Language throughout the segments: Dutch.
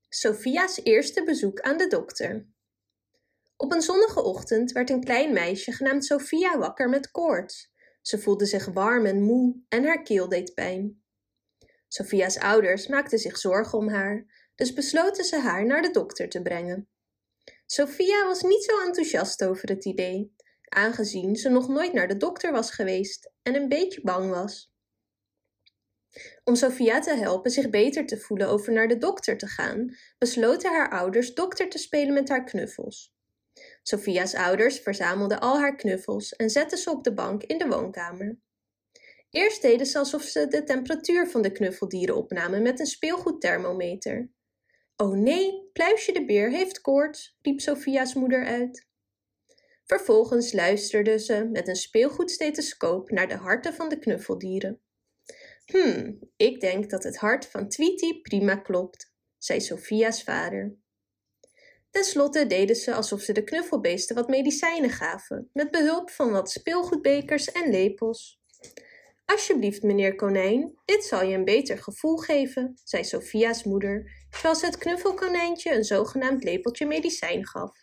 Sophia's eerste bezoek aan de dokter. Op een zonnige ochtend werd een klein meisje genaamd Sophia wakker met koorts. Ze voelde zich warm en moe en haar keel deed pijn. Sophia's ouders maakten zich zorgen om haar, dus besloten ze haar naar de dokter te brengen. Sophia was niet zo enthousiast over het idee, aangezien ze nog nooit naar de dokter was geweest en een beetje bang was. Om Sophia te helpen zich beter te voelen over naar de dokter te gaan, besloten haar ouders dokter te spelen met haar knuffels. Sophia's ouders verzamelden al haar knuffels en zetten ze op de bank in de woonkamer. Eerst deden ze alsof ze de temperatuur van de knuffeldieren opnamen met een speelgoedthermometer. Oh nee, Pluisje de beer heeft koorts, riep Sophia's moeder uit. Vervolgens luisterden ze met een speelgoedstethoscoop naar de harten van de knuffeldieren. Ik denk dat het hart van Tweety prima klopt, zei Sophia's vader. Ten slotte deden ze alsof ze de knuffelbeesten wat medicijnen gaven, met behulp van wat speelgoedbekers en lepels. Alsjeblieft, meneer Konijn, dit zal je een beter gevoel geven, zei Sophia's moeder, terwijl ze het knuffelkonijntje een zogenaamd lepeltje medicijn gaf.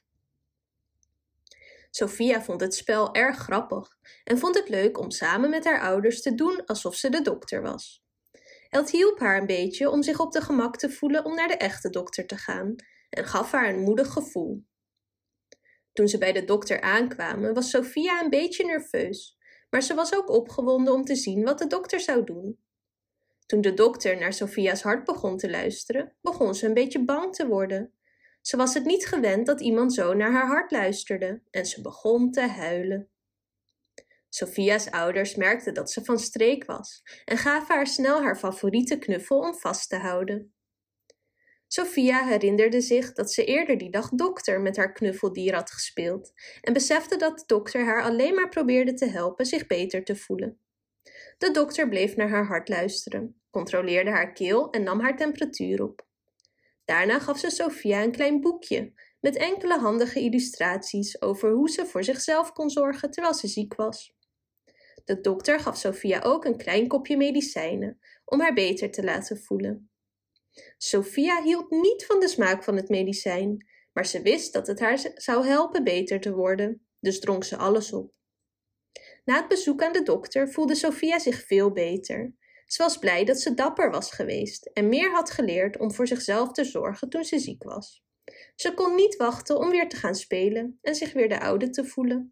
Sophia vond het spel erg grappig en vond het leuk om samen met haar ouders te doen alsof ze de dokter was. Het hielp haar een beetje om zich op de gemak te voelen om naar de echte dokter te gaan en gaf haar een moedig gevoel. Toen ze bij de dokter aankwamen was Sophia een beetje nerveus, maar ze was ook opgewonden om te zien wat de dokter zou doen. Toen de dokter naar Sophia's hart begon te luisteren, begon ze een beetje bang te worden. Ze was het niet gewend dat iemand zo naar haar hart luisterde en ze begon te huilen. Sophia's ouders merkten dat ze van streek was en gaven haar snel haar favoriete knuffel om vast te houden. Sophia herinnerde zich dat ze eerder die dag dokter met haar knuffeldier had gespeeld en besefte dat de dokter haar alleen maar probeerde te helpen zich beter te voelen. De dokter bleef naar haar hart luisteren, controleerde haar keel en nam haar temperatuur op. Daarna gaf ze Sophia een klein boekje met enkele handige illustraties over hoe ze voor zichzelf kon zorgen terwijl ze ziek was. De dokter gaf Sophia ook een klein kopje medicijnen om haar beter te laten voelen. Sophia hield niet van de smaak van het medicijn, maar ze wist dat het haar zou helpen beter te worden, dus dronk ze alles op. Na het bezoek aan de dokter voelde Sophia zich veel beter. Ze was blij dat ze dapper was geweest en meer had geleerd om voor zichzelf te zorgen toen ze ziek was. Ze kon niet wachten om weer te gaan spelen en zich weer de oude te voelen.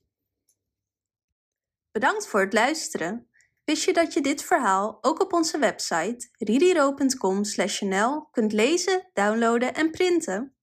Bedankt voor het luisteren. Wist je dat je dit verhaal ook op onze website ririro.com/nl kunt lezen, downloaden en printen?